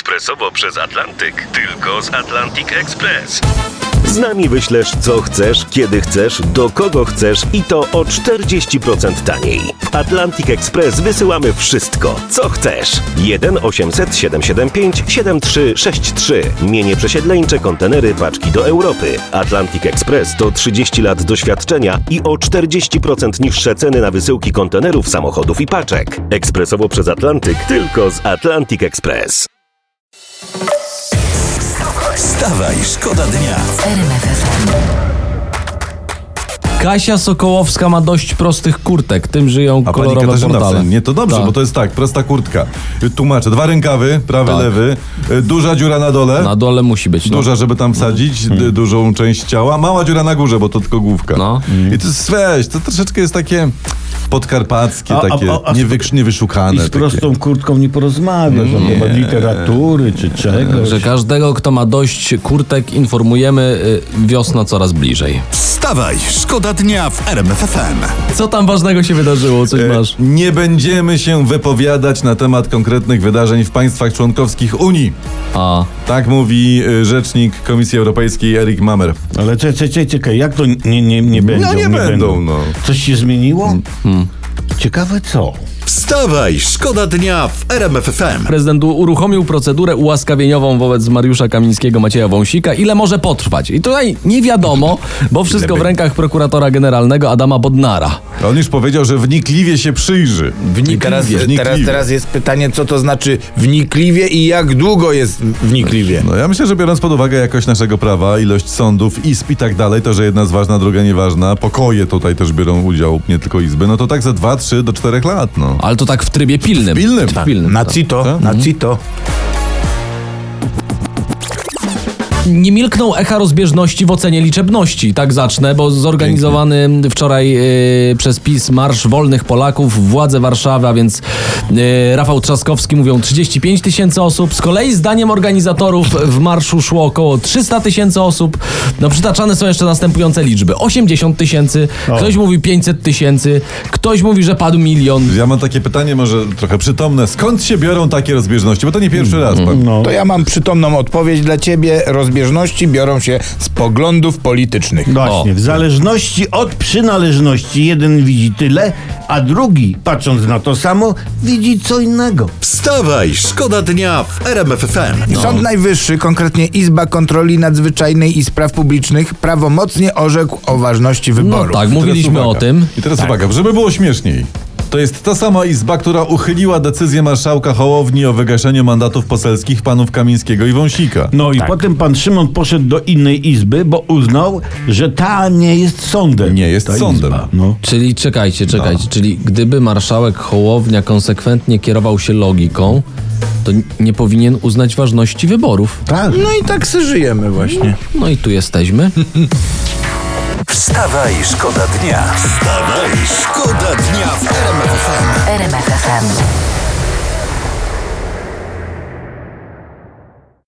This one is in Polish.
ekspresowo przez Atlantyk. Tylko z Atlantic Express. Z nami wyślesz co chcesz, kiedy chcesz, do kogo chcesz i to o 40% taniej. W Atlantic Express wysyłamy wszystko, co chcesz. 1 800 775 7363. Mienie przesiedleńcze, kontenery, paczki do Europy. Atlantic Express to 30 lat doświadczenia i o 40% niższe ceny na wysyłki kontenerów, samochodów i paczek. Ekspresowo przez Atlantyk, tylko z Atlantic Express. Wstawaj, szkoda dnia. Kasia Sokołowska ma dość prostych kurtek, tym żyją A pani kolorowe Katarzyna portale. nie, to dobrze, Tak. bo to jest tak, prosta kurtka. Tłumaczę, 2 rękawy, prawy, Tak. lewy, duża dziura na dole, Na dole musi być. No. duża, żeby tam wsadzić dużą część ciała, mała dziura na górze, bo to tylko główka. No. I to jest, weź, to troszeczkę jest takie podkarpackie, A- takie a- niewyszukane. I z prostą kurtką nie porozmawiasz na temat literatury czy czegoś. Że każdego, kto ma dość kurtek, informujemy, wiosna coraz bliżej. Wstawaj, szkoda dnia w RMF FM. Co tam ważnego się wydarzyło? Coś masz? Nie będziemy się wypowiadać na temat konkretnych wydarzeń w państwach członkowskich Unii. A, Tak mówi rzecznik Komisji Europejskiej Erik Mamer. Ale czekaj, jak to nie będą? No nie będą, no. Coś się zmieniło? Ciekawe co? Wstawaj, szkoda dnia w RMF FM. prezydent uruchomił procedurę ułaskawieniową wobec Mariusza Kamińskiego, Macieja Wąsika. Ile może potrwać? I tutaj nie wiadomo, bo wszystko w rękach prokuratora generalnego Adama Bodnara. On już powiedział, że wnikliwie się przyjrzy. I teraz jest pytanie, co to znaczy wnikliwie i jak długo jest wnikliwie. No ja myślę, że biorąc pod uwagę jakość naszego prawa, ilość sądów, izb i tak dalej, to, że jedna jest ważna, druga nieważna, pokoje tutaj też biorą udział, nie tylko izby, no to tak za 2, 3 do 4 lat, no. Ale to tak w trybie pilnym. Pilnym. W pilnym. Na CITO, na CITO. Nie milkną echa rozbieżności w ocenie liczebności. Tak zacznę, bo zorganizowany wczoraj przez PiS Marsz Wolnych Polaków, władze Warszawy, a więc Rafał Trzaskowski mówią 35 000 osób. Z kolei zdaniem organizatorów w marszu szło około 300 000 osób. No przytaczane są jeszcze następujące liczby. 80 000, ktoś mówi 500 000, ktoś mówi, że padł 1 000 000. Ja mam takie pytanie, może trochę przytomne. Skąd się biorą takie rozbieżności? Bo to nie pierwszy raz. Pan. To ja mam przytomną odpowiedź dla ciebie. Rozbieżności biorą się z poglądów politycznych. Właśnie, w zależności od przynależności jeden widzi tyle, a drugi, patrząc na to samo, widzi co innego. Wstawaj, szkoda dnia w RMF FM. Sąd Najwyższy, konkretnie Izba Kontroli Nadzwyczajnej i Spraw Publicznych, prawomocnie orzekł o ważności wyboru. No tak, mówiliśmy Teraz o uwaga. tym. I teraz uwaga, żeby było śmieszniej. To jest ta sama izba, która uchyliła decyzję marszałka Hołowni o wygaszeniu mandatów poselskich panów Kamińskiego i Wąsika. No i potem pan Szymon poszedł do innej izby, bo uznał, że ta nie jest sądem. Nie jest ta sądem. Izba. No. Czyli czekajcie, czyli gdyby marszałek Hołownia konsekwentnie kierował się logiką, to nie powinien uznać ważności wyborów. Tak. No i tak se żyjemy właśnie. No i tu jesteśmy. Wstawaj, szkoda dnia. Wstawaj, szkoda dnia w RMF FM. RMF FM.